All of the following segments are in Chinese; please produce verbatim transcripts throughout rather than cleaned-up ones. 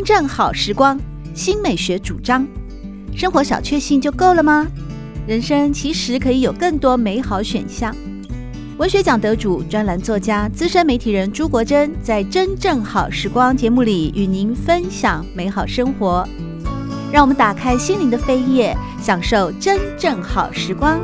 正好时光，新美学主张。生活小确幸就够了吗？人生其实可以有更多美好选项。文学奖得主、专栏作家、资深媒体人朱国珍在《真正好时光》节目里与您分享美好生活。让我们打开心灵的扉页，享受真正好时光。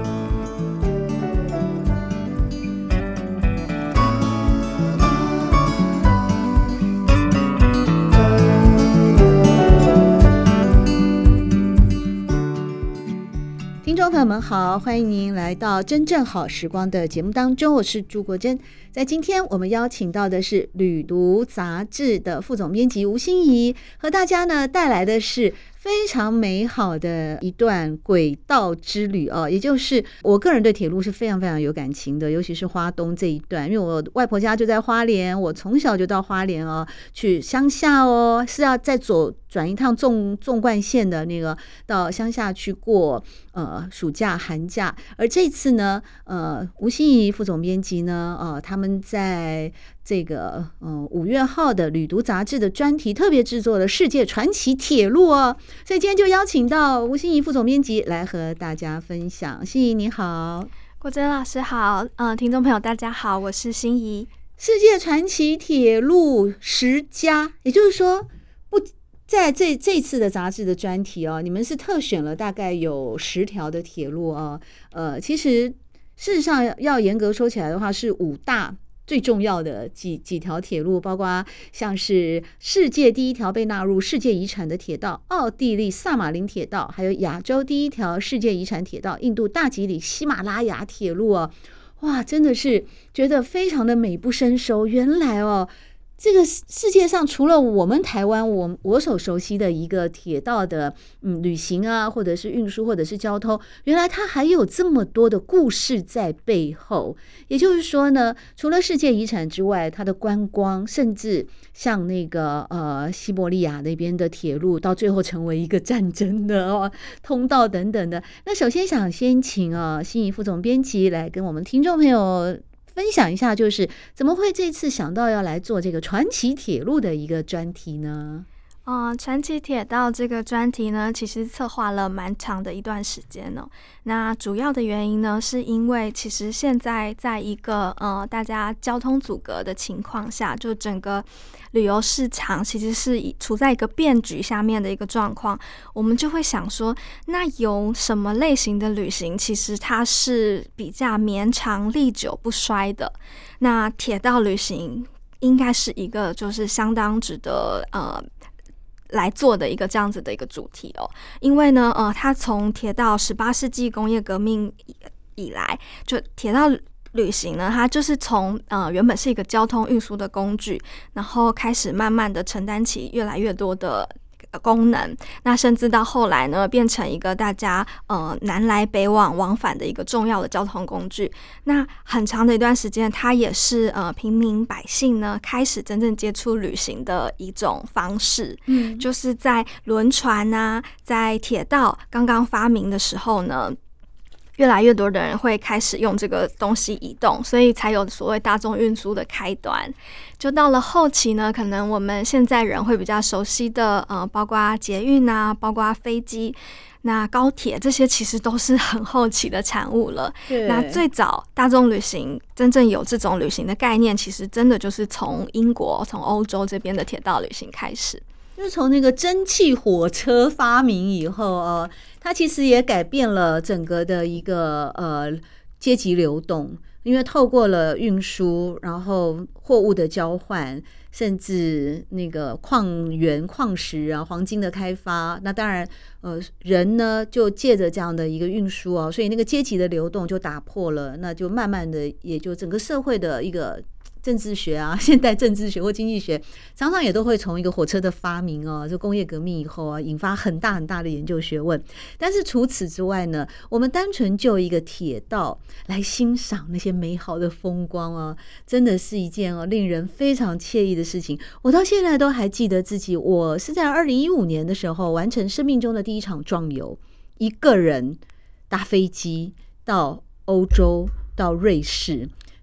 听众朋友们好，欢迎您来到真正好时光的节目当中，我是朱国珍。在今天我们邀请到的是旅读杂志的副总编辑吴欣怡，和大家呢带来的是非常美好的一段轨道之旅哦，也就是我个人对铁路是非常非常有感情的，尤其是花东这一段，因为我外婆家就在花莲，我从小就到花莲哦，去乡下哦，是要再走转一趟纵纵贯线的那个到乡下去过呃暑假寒假。而这次呢，呃吴欣怡副总编辑呢，呃他们在这个呃五月号的旅读杂志的专题特别制作了世界传奇铁路哦，所以今天就邀请到吴欣怡副总编辑来和大家分享。欣怡你好。 国珍老师好，呃，听众朋友大家好，我是欣怡。 世界传奇铁路十佳，也就是说不在这这次的杂志的专题哦，你们是特选了大概有十条的铁路哦，呃，其实事实上要严格说起来的话，是五大最重要的几几条铁路，包括像是世界第一条被纳入世界遗产的铁道奥地利萨马林铁道，还有亚洲第一条世界遗产铁道印度大吉里喜马拉雅铁路哦，哇，真的是觉得非常的美不胜收。原来哦，这个世界上除了我们台湾我我所熟悉的一个铁道的嗯旅行啊，或者是运输，或者是交通，原来它还有这么多的故事在背后。也就是说呢，除了世界遗产之外，它的观光，甚至像那个呃西伯利亚那边的铁路，到最后成为一个战争的哦通道等等的。那首先想先请啊欣怡副总编辑来跟我们听众朋友分享一下，就是怎么会这次想到要来做这个传奇铁路的一个专题呢？ 呃，传奇铁道这个专题呢，其实策划了蛮长的一段时间哦。那主要的原因呢，是因为其实现在在一个呃大家交通阻隔的情况下，就整个旅游市场其实是处在一个变局下面的一个状况。我们就会想说，那有什么类型的旅行其实它是比较绵长历久不衰的？那铁道旅行应该是一个就是相当值得呃来做的一个这样子的一个主题哦。因为呢呃它从铁道十八世纪工业革命以来，就铁道旅行呢，它就是从呃原本是一个交通运输的工具，然后开始慢慢的承担起越来越多的功能，那甚至到后来呢，变成一个大家呃南来北往往返的一个重要的交通工具。那很长的一段时间，它也是呃平民百姓呢开始真正接触旅行的一种方式。嗯，就是在轮船啊，在铁道刚刚发明的时候呢，越来越多的人会开始用这个东西移动，所以才有所谓大众运输的开端。就到了后期呢，可能我们现在人会比较熟悉的呃，包括捷运啊，包括飞机，那高铁，这些其实都是很后期的产物了。那最早大众旅行真正有这种旅行的概念，其实真的就是从英国、从欧洲这边的铁道旅行开始。 就是从那个蒸汽火车发明以后呃，它其实也改变了整个的一个呃阶级流动，因为透过了运输，然后货物的交换，甚至那个矿源、矿石啊、黄金的开发，那当然呃人呢就借着这样的一个运输啊，所以那个阶级的流动就打破了，那就慢慢的也就整个社会的一个政治学啊，现代政治学或经济学，常常也都会从一个火车的发明哦，就工业革命以后啊，引发很大很大的研究学问。但是除此之外呢，我们单纯就一个铁道来欣赏那些美好的风光啊，真的是一件哦令人非常惬意的事情。我到现在都还记得自己，我是在二零一五年的时候完成生命中的第一场壮游，一个人搭飞机到欧洲，到瑞士。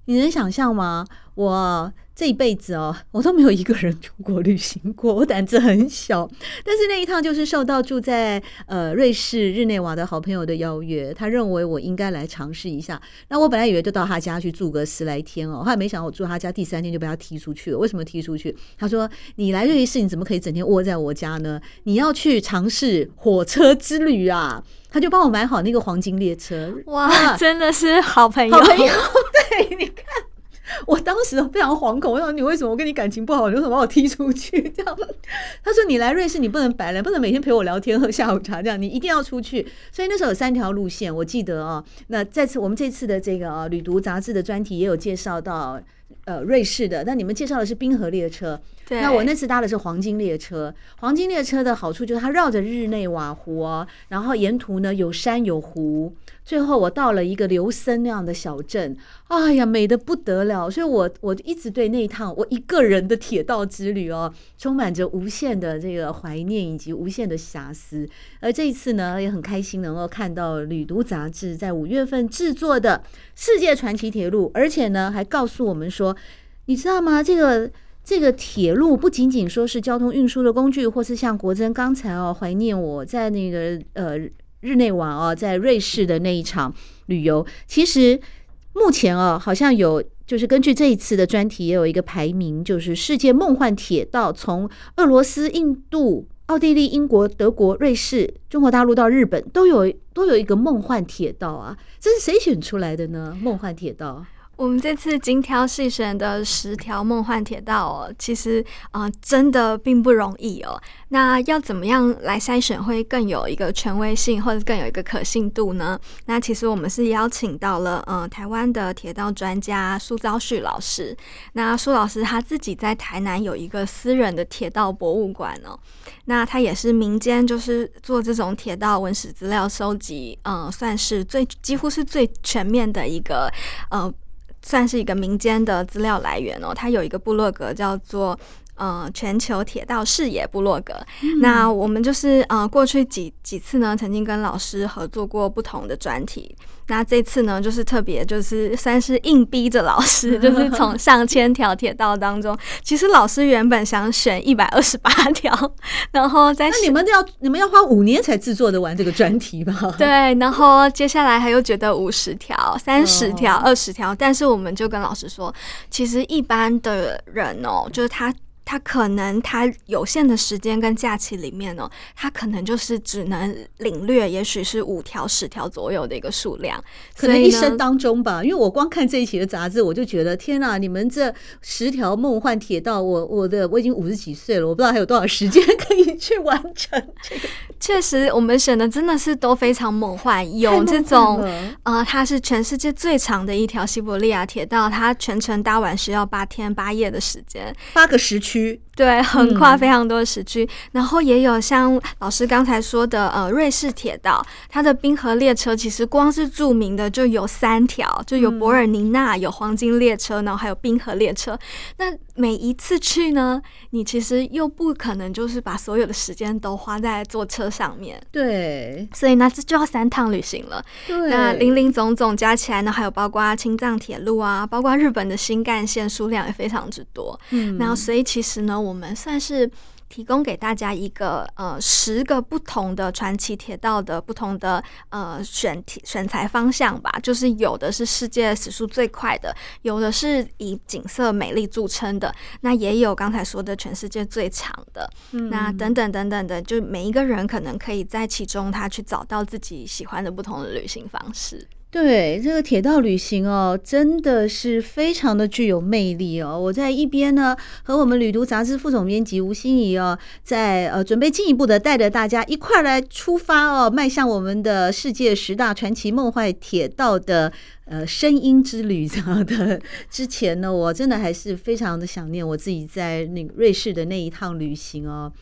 你能想象吗？我这一辈子哦，我都没有一个人出国旅行过，我胆子很小。但是那一趟就是受到住在呃瑞士日内瓦的好朋友的邀约，他认为我应该来尝试一下。那我本来以为就到他家去住个十来天哦，后来没想到我住他家第三天就被他踢出去了。为什么踢出去？他说：“你来瑞士，你怎么可以整天窝在我家呢？你要去尝试火车之旅啊！”他就帮我买好那个黄金列车。 哇，啊、真的是好朋友， 好朋友。对，你看。我当时非常惶恐，我说你为什么我跟你感情不好，你为什么把我踢出去？这样，他说你来瑞士你不能白来，不能每天陪我聊天喝下午茶，这样你一定要出去。所以那时候有三条路线，我记得啊。那这次我们这次的这个啊旅读杂志的专题也有介绍到呃瑞士的，那你们介绍的是冰河列车。那我那次搭的是黄金列车。黄金列车的好处就是它绕着日内瓦湖哦，然后沿途呢有山有湖，最后我到了一个琉森那样的小镇，哎呀，美得不得了。所以我我一直对那一趟我一个人的铁道之旅哦，充满着无限的这个怀念以及无限的遐思。而这一次呢，也很开心能够看到旅读杂志在五月份制作的世界传奇铁路，而且呢还告诉我们说，你知道吗？这个这个铁路不仅仅说是交通运输的工具，或是像国珍刚才哦怀念我在那个呃日内瓦哦，在瑞士的那一场旅游，其实目前哦好像有，就是根据这一次的专题也有一个排名，就是世界梦幻铁道，从俄罗斯、印度、奥地利、英国、德国、瑞士、中国大陆到日本都有都有一个梦幻铁道啊，这是谁选出来的呢？梦幻铁道。 我们这次精挑细选的十条梦幻铁道哦，其实啊、呃、真的并不容易哦。那要怎么样来筛选会更有一个权威性，或者更有一个可信度呢？那其实我们是邀请到了呃台湾的铁道专家苏昭旭老师。那苏老师他自己在台南有一个私人的铁道博物馆哦。那他也是民间就是做这种铁道文史资料收集，呃，算是最几乎是最全面的一个呃。算是一个民间的资料来源哦，它有一个部落格叫做呃全球铁道视野部落格。嗯、那我们就是呃过去几几次呢，曾经跟老师合作过不同的专题。那这次呢，就是特别就是算是硬逼着老师，就是从上千条铁道当中，其实老师原本想选一百二十八条，然后再那你们要你们要花五年才制作的完这个专题吧？ 对，然后接下来还又觉得五十条、三十条、二十条，但是我们就跟老师说，其实一般的人哦，就是他。他可能他有限的时间跟假期里面呢，他可能就是只能领略也许是五条十条左右的一个数量， 可能一生当中吧。因为我光看这一期的杂志，我就觉得天哪，你们这十条梦幻铁道，我我的我已经五十几岁了，我不知道还有多少时间可以去完成这个。 确实，我们选的真的是都非常梦幻，有这种呃，它是全世界最长的一条西伯利亚铁道，它全程搭完需要八天八夜的时间， 八个时区。 对，横跨非常多的时区、嗯、然后也有像老师刚才说的呃瑞士铁道，它的冰河列车其实光是著名的就有三条，就有伯尔尼纳、嗯、有黄金列车，然后还有冰河列车。那每一次去呢，你其实又不可能就是把所有的时间都花在坐车上面， 对， 所以呢这就要三趟旅行了。 对， 那零零总总加起来呢，还有包括青藏铁路啊，包括日本的新干线，数量也非常之多。嗯，那所以其实呢，我们算是提供给大家一个呃十个不同的传奇铁道的不同的呃选题选材方向吧，就是有的是世界时速最快的，有的是以景色美丽著称的，那也有刚才说的全世界最长的、嗯、那等等等等的，就每一个人可能可以在其中他去找到自己喜欢的不同的旅行方式。 对，这个铁道旅行哦，真的是非常的具有魅力哦。我在一边呢，和我们旅读杂志副总编辑吴欣怡哦，在呃准备进一步的带着大家一块来出发哦，迈向我们的世界十大传奇梦幻铁道的呃声音之旅这样的之前呢，我真的还是非常的想念我自己在那个瑞士的那一趟旅行哦。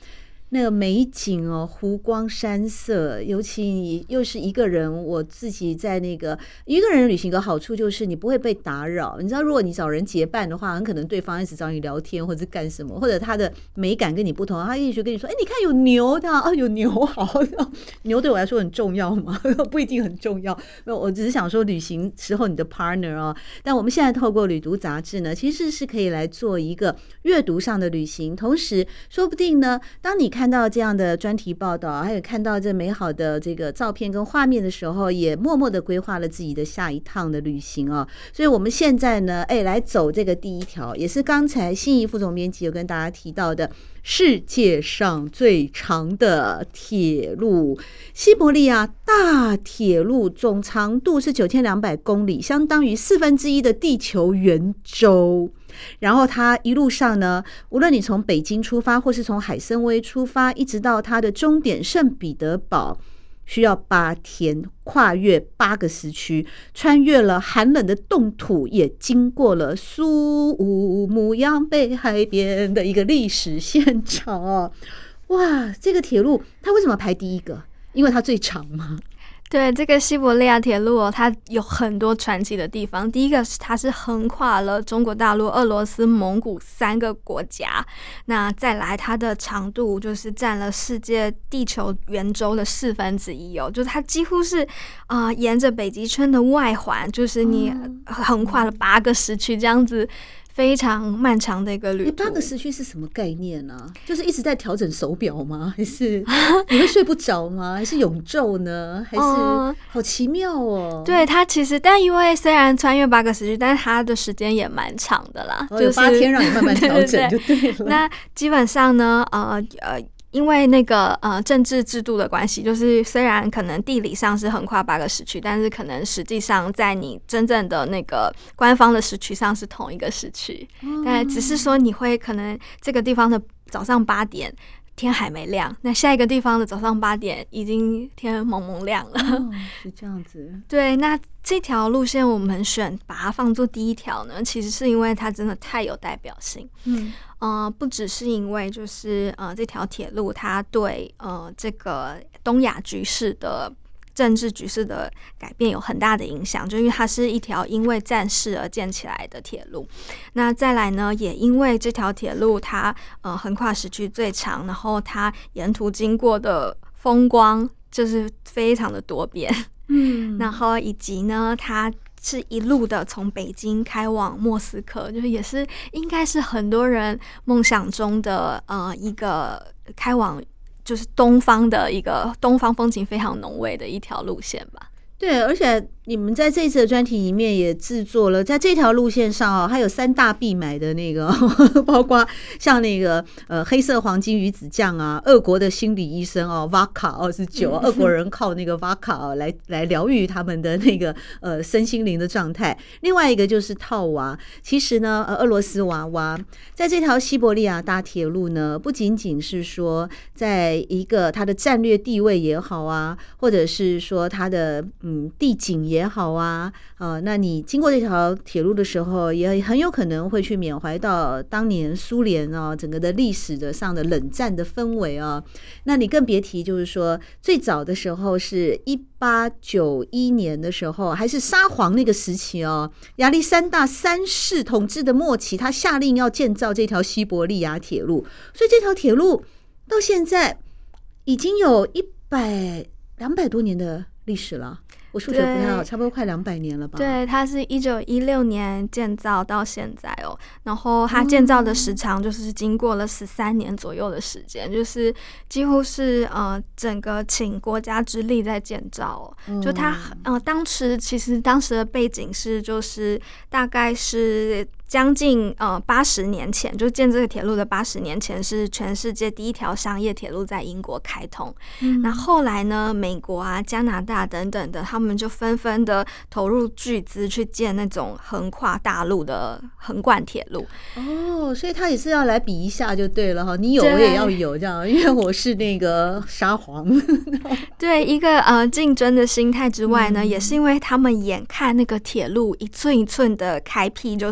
那个美景哦，湖光山色，尤其你又是一个人，我自己在那个一个人旅行的好处就是你不会被打扰。你知道，如果你找人结伴的话，很可能对方一直找你聊天或者干什么，或者他的美感跟你不同，他一直跟你说：“哎，你看有牛的啊，有牛好。”牛对我来说很重要吗？不一定很重要。我只是想说，旅行时候你的 partner 哦。但我们现在透过旅读杂志呢，其实是可以来做一个阅读上的旅行，同时说不定呢，当你看到这样的专题报道，还有看到这美好的这个照片跟画面的时候，也默默的规划了自己的下一趟的旅行哦。所以我们现在呢，哎，来走这个第一条，也是刚才心怡副总编辑有跟大家提到的世界上最长的铁路——西伯利亚大铁路，总长度是九千两百公里，相当于四分之一的地球圆周。然后它一路上呢，无论你从北京出发，或是从海参崴出发，一直到它的终点圣彼得堡，需要八天，跨越八个时区，穿越了寒冷的冻土，也经过了苏武牧羊北海边的一个历史现场哦。哇，这个铁路它为什么排第一个？因为它最长吗？ 对，这个西伯利亚铁路哦，它有很多传奇的地方。第一个是它是横跨了中国大陆、俄罗斯、蒙古三个国家。那再来，它的长度就是占了世界地球圆周的四分之一哦，就是它几乎是啊、呃、沿着北极圈的外环，就是你横跨了八个时区这样子。非常漫长的一个旅途。 八个时区是什么概念呢、啊？就是一直在调整手表吗？还是你会睡不着吗？还是永昼呢？还是、嗯、好奇妙哦？ 对，它其实，但因为虽然穿越八个时区，但是它的时间也蛮长的啦， 哦、 就是有八天让你慢慢调整就对了。 对对对那基本上呢，呃呃。因为那个呃政治制度的关系，就是虽然可能地理上是横跨八个时区，但是可能实际上在你真正的那个官方的时区上是同一个时区，嗯、但只是说你会可能这个地方的早上八点天还没亮，那下一个地方的早上八点已经天蒙蒙亮了。 哦，是这样子。 对，那这条路线我们选把它放作第一条呢，其实是因为它真的太有代表性。嗯。呃，不只是因为就是呃这条铁路它对呃这个东亚局势的政治局势的改变有很大的影响，就因为它是一条因为战事而建起来的铁路。那再来呢，也因为这条铁路它呃横跨时区最长，然后它沿途经过的风光就是非常的多变，嗯，然后以及呢它是一路的从北京开往莫斯科，就是也是应该是很多人梦想中的呃一个开往就是东方的一个东方风情非常浓味的一条路线吧。 对，而且你们在这一次的专题里面也制作了，在这条路线上哦，还有三大必买的那个，包括像那个呃黑色黄金鱼子酱啊，俄国的心理医生哦 ，Vodka 二十九，俄国人靠那个 Vodka 哦来来疗愈他们的那个呃身心灵的状态。另外一个就是套娃，其实呢，呃，俄罗斯娃娃在这条西伯利亚大铁路呢，不仅仅是说在一个它的战略地位也好啊，或者是说它的嗯地景也也好啊，呃，那你经过这条铁路的时候，也很有可能会去缅怀到当年苏联啊整个的历史的上的冷战的氛围啊。那你更别提，就是说最早的时候是一八九一年的时候，还是沙皇那个时期哦，亚历山大三世统治的末期，他下令要建造这条西伯利亚铁路，所以这条铁路到现在已经有一百两百多年的历史了。我数学不太好，差不多快两百年了吧？ 对，它是一九一六年建造到现在哦，然后它建造的时长就是经过了十三年左右的时间，就是几乎是呃整个倾国家之力在建造哦。就它呃当时其实当时的背景是就是大概是。将近呃八十年前，就建这个铁路的八十年前，是全世界第一条商业铁路在英国开通。嗯，那后来呢，美国啊、加拿大等等的，他们就纷纷的投入巨资去建那种横跨大陆的横贯铁路。 哦，所以他也是要来比一下就对了哈，你有我也要有这样，因为我是那个沙皇。 对，一个呃竞争的心态之外呢，嗯，也是因为他们眼看那个铁路一寸一寸的开辟，就是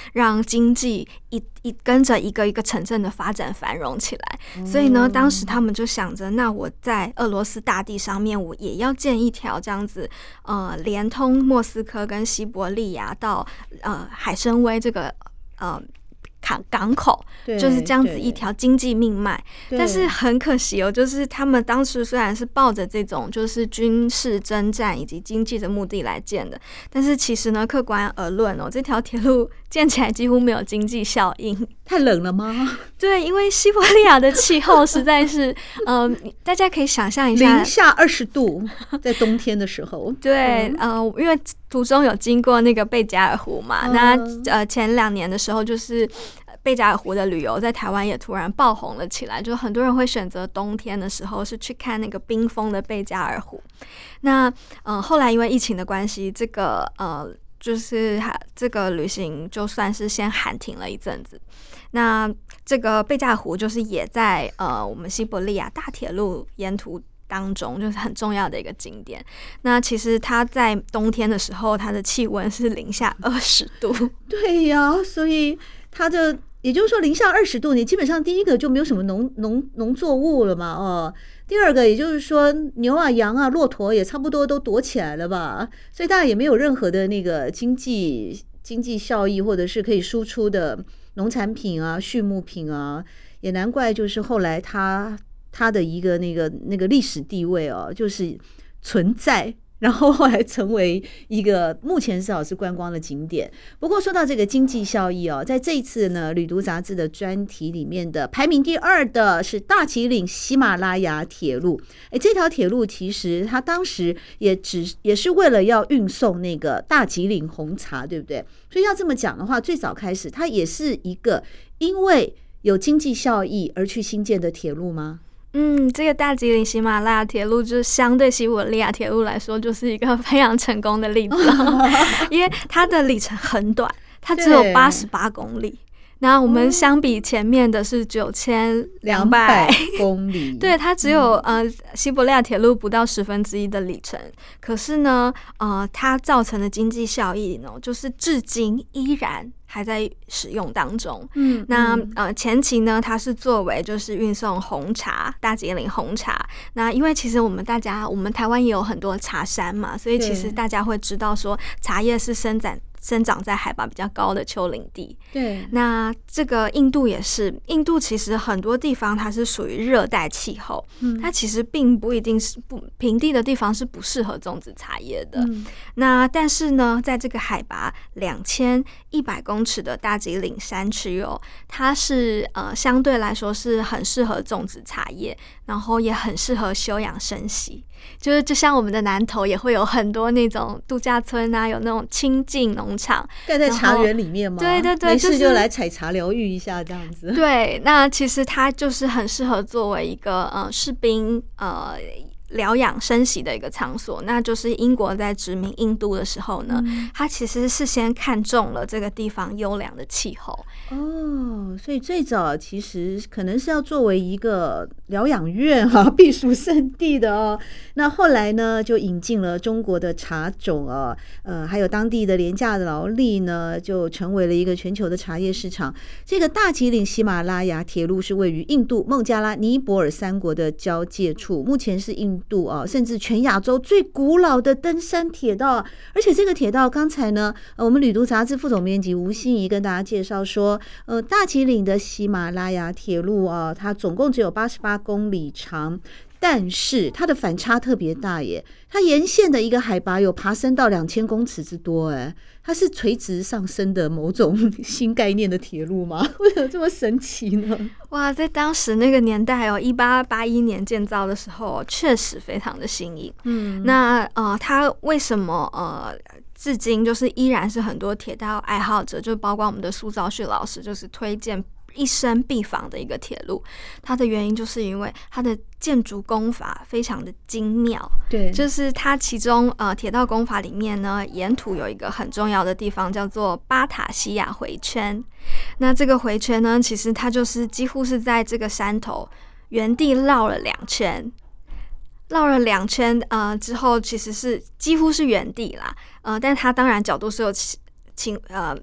让经济一一跟着一个一个城镇的发展繁荣起来。嗯、所以呢，当时他们就想着，那我在俄罗斯大地上面，我也要建一条这样子，呃，连通莫斯科跟西伯利亚到呃海参崴这个呃。港港口就是这样子一条经济命脉，但是很可惜哦，就是他们当时虽然是抱着这种就是军事征战以及经济的目的来建的，但是其实呢，客观而论哦，这条铁路建起来几乎没有经济效应。 太冷了吗？ 对，因为西伯利亚的气候实在是，呃，大家可以想象一下， 零下二十度，在冬天的时候。 对，呃，因为途中有经过那个贝加尔湖嘛，嗯、那呃前两年的时候就是。贝加尔湖的旅游在台湾也突然爆红了起来，就很多人会选择冬天的时候是去看那个冰封的贝加尔湖。那呃后来因为疫情的关系，这个呃就是这个旅行就算是先喊停了一阵子。那这个贝加尔湖就是也在呃我们西伯利亚大铁路沿途当中，就是很重要的一个景点。那其实它在冬天的时候，它的气温是零下二十度。 对呀，所以它的也就是说零下二十度，你基本上第一个就没有什么农农农作物了嘛，哦，第二个也就是说牛啊羊啊骆驼也差不多都躲起来了吧，所以大家也没有任何的那个经济经济效益或者是可以输出的农产品啊畜牧品啊，也难怪就是后来它它的一个那个那个历史地位哦，就是存在。然后后来成为一个目前至少是观光的景点。不过说到这个经济效益哦，在这一次呢旅读杂志的专题里面的排名第二的是大吉岭喜马拉雅铁路。诶，这条铁路其实它当时也只也是为了要运送那个大吉岭红茶，对不对？所以要这么讲的话，最早开始它也是一个因为有经济效益而去新建的铁路吗？ 嗯，这个大吉岭喜马拉雅铁路就是相对西伯利亚铁路来说，就是一个非常成功的例子因为它的里程很短，它只有八十八公里。那我们相比前面的是九千两百公里， 对，它只有、嗯、呃西伯利亚铁路不到十分之一的里程，可是呢，呃，它造成的经济效益呢，就是至今依然还在使用当中。嗯，那呃前期呢，它是作为就是运送红茶，大吉岭红茶。那因为其实我们大家，我们台湾也有很多茶山嘛，所以其实大家会知道说，茶叶是生长。生长在海拔比较高的丘陵地。 对， 那这个印度也是，印度其实很多地方它是属于热带气候、嗯，它其实并不一定是不平地的地方是不适合种植茶叶的。嗯、那但是呢，在这个海拔两千一百公尺的大吉岭山区哦，它是呃相对来说是很适合种植茶叶，然后也很适合休养生息。就是就像我们的南投也会有很多那种度假村啊，有那种清境农场盖在茶园里面吗？ 对对对， 没事就来采茶疗愈一下这样子。 对，那其实它就是很适合作为一个呃士兵呃疗养生息的一个场所。那就是英国在殖民印度的时候呢，嗯、它其实是先看中了这个地方优良的气候。 哦，所以最早其实可能是要作为一个疗养院啊、避暑胜地的哦。那后来呢，就引进了中国的茶种啊，呃，还有当地的廉价的劳力呢，就成为了一个全球的茶叶市场。这个大吉岭喜马拉雅铁路是位于印度、孟加拉、尼泊尔三国的交界处，目前是印度啊，甚至全亚洲最古老的登山铁道。而且这个铁道，刚才呢，呃、我们旅读杂志副总编辑吴欣怡跟大家介绍说，呃，大吉岭的喜马拉雅铁路啊，它总共只有八十八公里长。但是它的反差特别大耶，它沿线的一个海拔有爬升到两千公尺之多，哎，它是垂直上升的某种新概念的铁路吗？为什么这么神奇呢？ 哇，在当时那个年代哦，一八八一年建造的时候，确实非常的新颖。嗯，那呃，它为什么呃？至今就是依然是很多铁道爱好者，就包括我们的苏兆旭老师，就是推荐一生必访的一个铁路。它的原因就是因为它的建筑工法非常的精妙。 对， 就是它其中呃铁道工法里面呢，沿途有一个很重要的地方叫做巴塔西亚回圈。那这个回圈呢，其实它就是几乎是在这个山头原地绕了两圈。绕了两圈，呃，之后其实是几乎是原地啦，呃，但它当然角度是有倾呃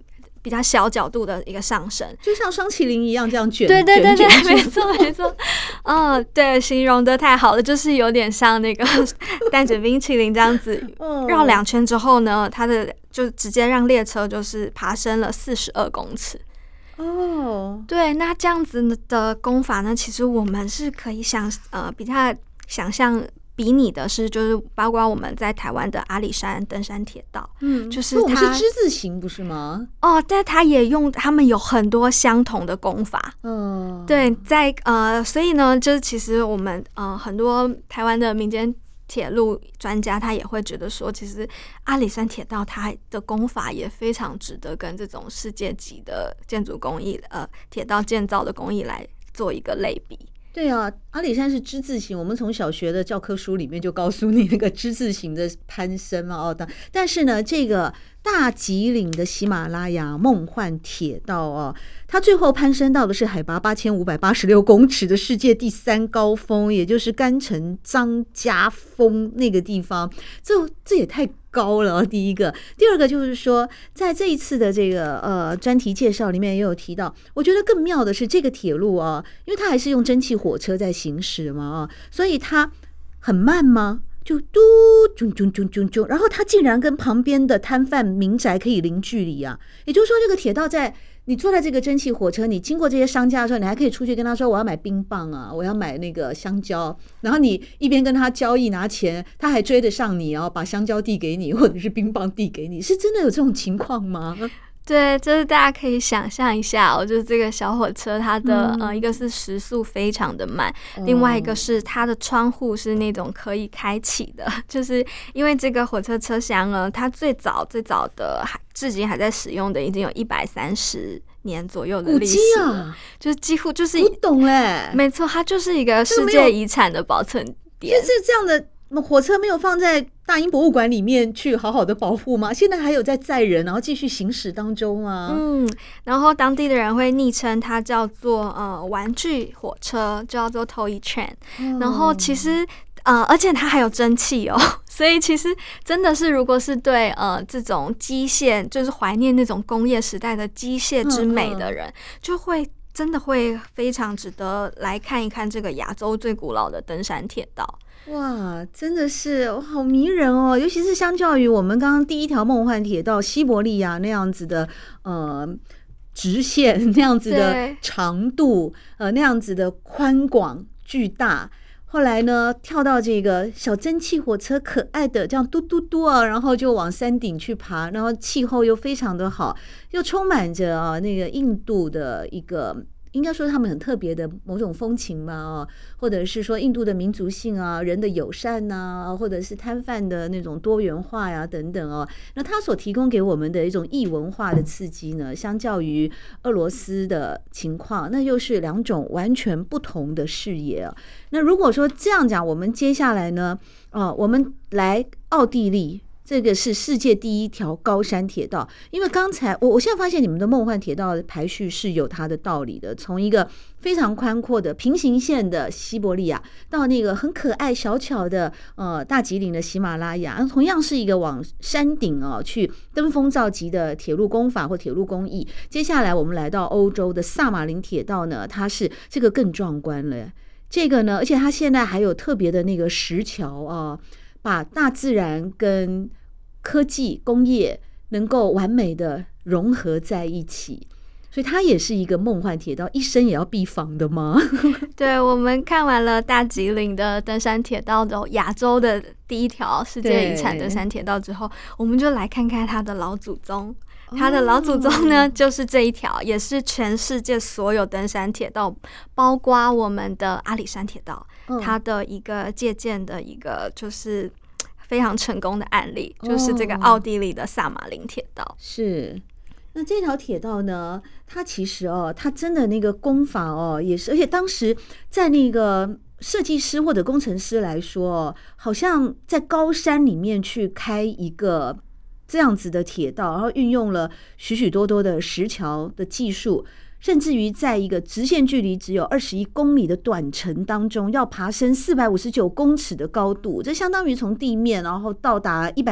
比较小角度的一个上升， 就像双麒麟一样这样卷。 对对对对， 卷卷没错没错。嗯，对，形容的太好了，就是有点像那个蛋卷冰淇淋这样子，绕两圈之后呢，它的就直接让列车就是爬升了四十二公尺。 哦， 对，那这样子的功法呢，其实我们是可以想呃比较想象比拟的是，就是包括我们在台湾的阿里山登山铁道， 嗯， 就是它是之字形不是吗？ 哦，但它也用他们有很多相同的功法， 嗯， 对，在呃，所以呢，就是其实我们呃很多台湾的民间铁路专家他也会觉得说，其实阿里山铁道它的工法也非常值得跟这种世界级的建筑工艺呃铁道建造的工艺来做一个类比。 对啊，阿里山是之字形，我们从小学的教科书里面就告诉你那个之字形的攀升嘛。哦，但是呢，这个大吉岭的喜马拉雅梦幻铁道哦，它最后攀升到的是海拔八千五百八十六公尺的世界第三高峰，也就是干城张家峰那个地方。这这也太高了，第一个。第二个就是说，在这一次的这个呃专题介绍里面也有提到，我觉得更妙的是这个铁路啊，因为它还是用蒸汽火车在行驶嘛啊，所以它很慢吗？就嘟啾啾啾啾啾，然后它竟然跟旁边的摊贩民宅可以零距离啊！也就是说，这个铁道在你坐在这个蒸汽火车，你经过这些商家的时候，你还可以出去跟他说：“我要买冰棒啊，我要买那个香蕉。”然后你一边跟他交易拿钱，他还追得上你哦，把香蕉递给你，或者是冰棒递给你，是真的有这种情况吗？ 对，就是大家可以想象一下哦，就是这个小火车，它的、 嗯、 呃，一个是时速非常的慢， 哦、 另外一个是它的窗户是那种可以开启的，就是因为这个火车车厢呢，它最早最早的还至今还在使用的，已经有一百三十年左右的历史了， 啊、 就是几乎就是不懂嘞， 没错，它就是一个世界遗产的保存点， 就是这样的。火车没有放在大英博物馆里面去好好的保护吗？现在还有在载人，然后继续行驶当中吗？ 嗯，然后当地的人会昵称它叫做呃玩具火车，叫做 Toy Train、哦。然后其实呃，而且它还有蒸汽哦，所以其实真的是，如果是对呃这种机械，就是怀念那种工业时代的机械之美的人，嗯嗯就会真的会非常值得来看一看这个亚洲最古老的登山铁道。 哇，真的是好迷人哦！尤其是相较于我们刚刚第一条梦幻铁道西伯利亚那样子的呃直线，那样子的长度，呃那样子的宽广巨大。后来呢，跳到这个小蒸汽火车，可爱的这样嘟嘟嘟啊，然后就往山顶去爬，然后气候又非常的好，又充满着啊那个印度的一个。应该说他们很特别的某种风情吧，哦，或者是说印度的民族性啊，人的友善啊，或者是摊贩的那种多元化呀、啊、等等哦。那他所提供给我们的一种异文化的刺激呢，相较于俄罗斯的情况，那又是两种完全不同的视野啊。那如果说这样讲，我们接下来呢，呃，我们来奥地利。这个是世界第一条高山铁道，因为刚才我我现在发现你们的梦幻铁道的排序是有它的道理的，从一个非常宽阔的平行线的西伯利亚，到那个很可爱小巧的呃大吉岭的喜马拉雅，同样是一个往山顶哦去登峰造极的铁路工法或铁路工艺。接下来我们来到欧洲的萨马林铁道呢，它是这个更壮观了，这个呢，而且它现在还有特别的那个石桥啊。把大自然跟科技工业能够完美的融合在一起，所以它也是一个梦幻铁道，一生也要必访的吗？ 对，我们看完了大吉岭的登山铁道的亚洲的第一条世界遗产登山铁道之后，我们就来看看它的老祖宗。它的老祖宗呢，就是这一条，也是全世界所有登山铁道，包括我们的阿里山铁道，它的一个借鉴的一个就是非常成功的案例，就是这个奥地利的萨马林铁道。 是，那这条铁道呢，它其实哦，它真的那个工法哦，也是，而且当时在那个设计师或者工程师来说，好像在高山里面去开一个。这样子的铁道，然后运用了许许多多的石桥的技术，甚至于在一个直线距离只有二十一公里的短程当中，要爬升四百五十九公尺的高度，这相当于从地面然后到达一百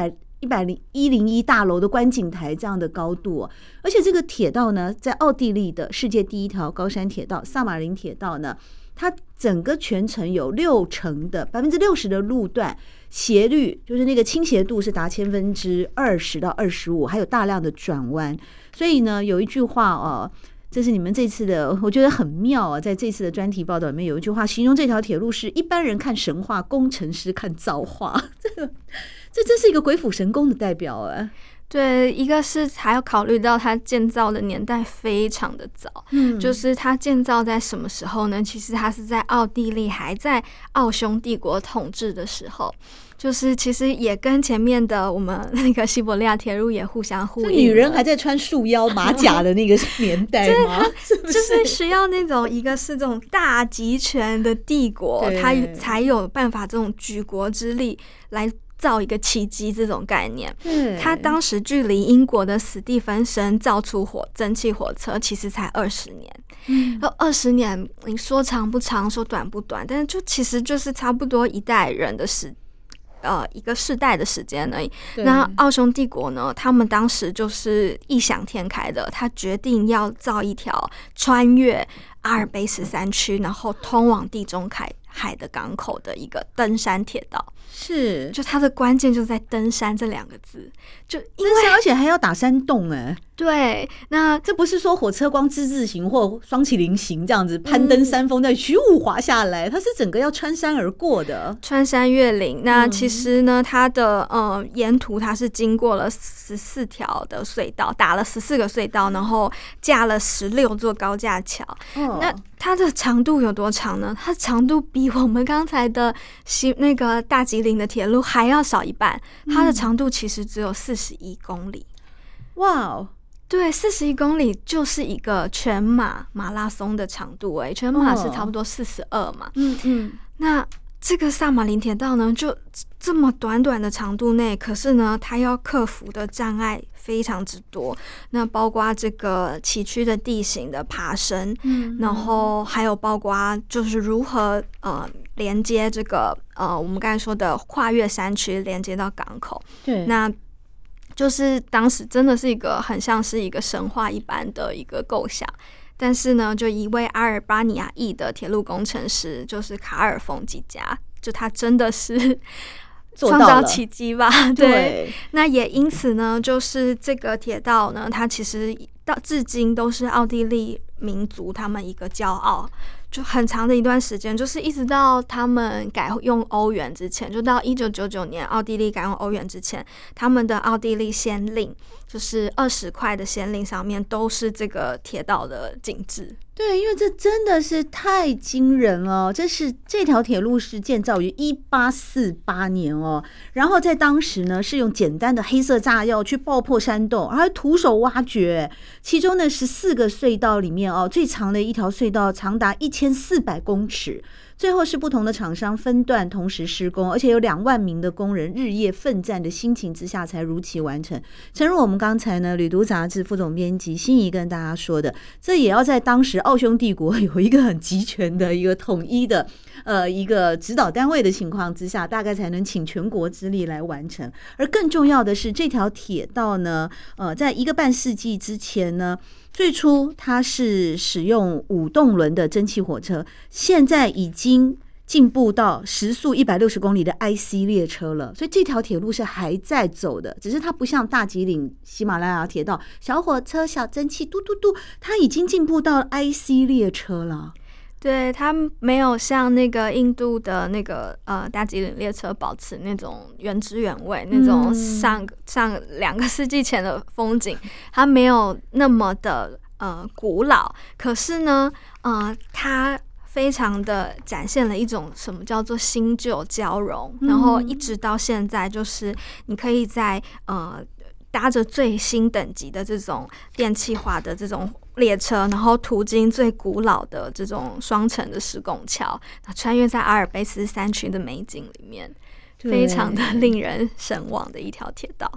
一百零一零一大楼的观景台这样的高度、哦，而且这个铁道呢，在奥地利的世界第一条高山铁道萨马林铁道呢，它整个全程有六成的百分之六十的路段斜率，就是那个倾斜度是达千分之二十到二十五，还有大量的转弯。所以呢，有一句话哦，这是你们这次的，我觉得很妙啊！在这次的专题报道里面有一句话，形容这条铁路是一般人看神话，工程师看造化。这个，这真是一个鬼斧神工的代表啊！ 对，一个是还要考虑到它建造的年代非常的早，嗯，就是它建造在什么时候呢？其实它是在奥地利还在奥匈帝国统治的时候，就是其实也跟前面的我们那个西伯利亚铁路也互相呼应。 女人还在穿束腰马甲的那个年代吗？是不是？ 就是需要那种一个是这种大集权的帝国，它才有办法这种举国之力来造一个奇迹这种概念。他当时距离英国的史蒂芬森造出火蒸汽火车其实才二十年，嗯，二十年你说长不长，说短不短，但是就其实就是差不多一代人的时呃一个世代的时间而已。那奥匈帝国呢，他们当时就是异想天开的，他决定要造一条穿越阿尔卑斯山区，然后通往地中海海的港口的一个登山铁道。 是， 就它的关键就在登山这两个字，就因为登山而且还要打山洞哎、欸。 对，那这不是说火车光之字形或双麒麟形这样子攀登山峰再咻滑下来，它是整个要穿山而过的， 穿山越岭。那其实呢，它的呃沿途它是经过了十四条的隧道，打了十四个隧道，然后架了十六座高架桥。哦、那它的长度有多长呢？它的长度比我们刚才的西那个大吉岭的铁路还要少一半，它的长度其实只有四十一公里。哇哦！对，四十一公里就是一个全马马拉松的长度哎、欸，全马是差不多四十二嘛。嗯嗯。那这个萨马林铁道呢，就这么短短的长度内，可是呢，它要克服的障碍非常之多。那包括这个崎岖的地形的爬升，嗯，然后还有包括就是如何呃连接这个呃我们刚才说的跨越山区，连接到港口。对，那。就是当时真的是一个很像是一个神话一般的一个构想，但是呢，就一位阿尔巴尼亚裔的铁路工程师，就是卡尔冯吉加，就他真的是创造奇迹吧？对，对，那也因此呢，就是这个铁道呢，它其实到至今都是奥地利民族他们一个骄傲。就很长的一段时间，就是一直到他们改用欧元之前，就到一九九九年奥地利改用欧元之前，他们的奥地利先令就是二十块的先令上面都是这个铁道的景致。 对，因为这真的是太惊人了。这是这条铁路是建造于一八四八年哦，然后在当时呢是用简单的黑色炸药去爆破山洞，还徒手挖掘。其中的十四个隧道里面哦，最长的一条隧道长达一千四百公尺。最后是不同的厂商分段同时施工，而且有两万名的工人日夜奋战的心情之下才如期完成。诚如我们刚才呢，旅读杂志副总编辑心怡跟大家说的，这也要在当时奥匈帝国有一个很集权的一个统一的呃一个指导单位的情况之下，大概才能请全国之力来完成。而更重要的是，这条铁道呢，呃，在一个半世纪之前呢。最初它是使用五动轮的蒸汽火车，现在已经进步到时速一百六十公里的 I C 列车了，所以这条铁路是还在走的，只是它不像大吉岭喜马拉雅铁道小火车小蒸汽嘟嘟嘟，它已经进步到 I C 列车了。 对，它没有像那个印度的那个呃大吉岭列车保持那种原汁原味，那种上上两个世纪前的风景，它没有那么的呃古老。可是呢，呃，它非常的展现了一种什么叫做新旧交融，然后一直到现在，就是你可以在呃。搭着最新等级的这种电气化的这种列车，然后途经最古老的这种双层的石拱桥，穿越在阿尔卑斯山区的美景里面，非常的令人神往的一条铁道。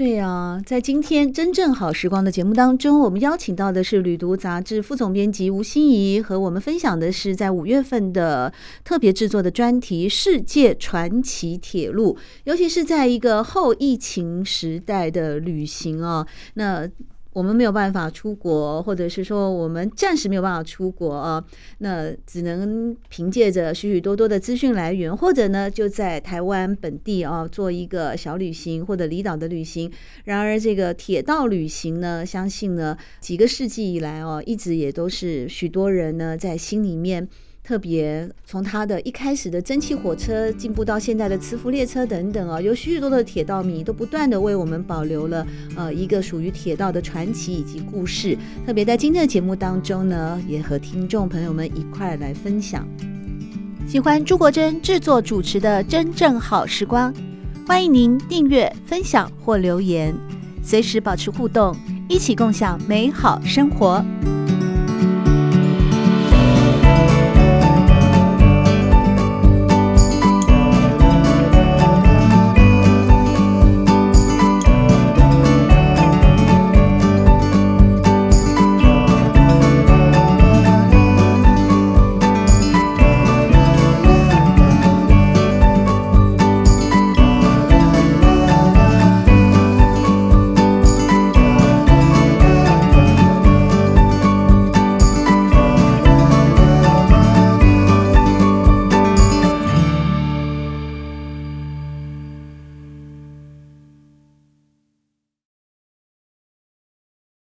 对啊，在今天真正好时光的节目当中，我们邀请到的是旅读杂志副总编辑吴欣怡，和我们分享的是在五月份的特别制作的专题《世界传奇铁路》，尤其是在一个后疫情时代的旅行啊，那我们没有办法出国，或者是说我们暂时没有办法出国啊，那只能凭借着许许多多的资讯来源，或者呢就在台湾本地啊做一个小旅行或者离岛的旅行。然而这个铁道旅行呢，相信呢几个世纪以来哦，一直也都是许多人呢在心里面。特别从它的一开始的蒸汽火车进步到现在的磁浮列车等等啊，有许许多的铁道迷都不断的为我们保留了呃一个属于铁道的传奇以及故事。特别在今天的节目当中呢，也和听众朋友们一块来分享。喜欢朱国珍制作主持的《真正好时光》，欢迎您订阅、分享或留言，随时保持互动，一起共享美好生活。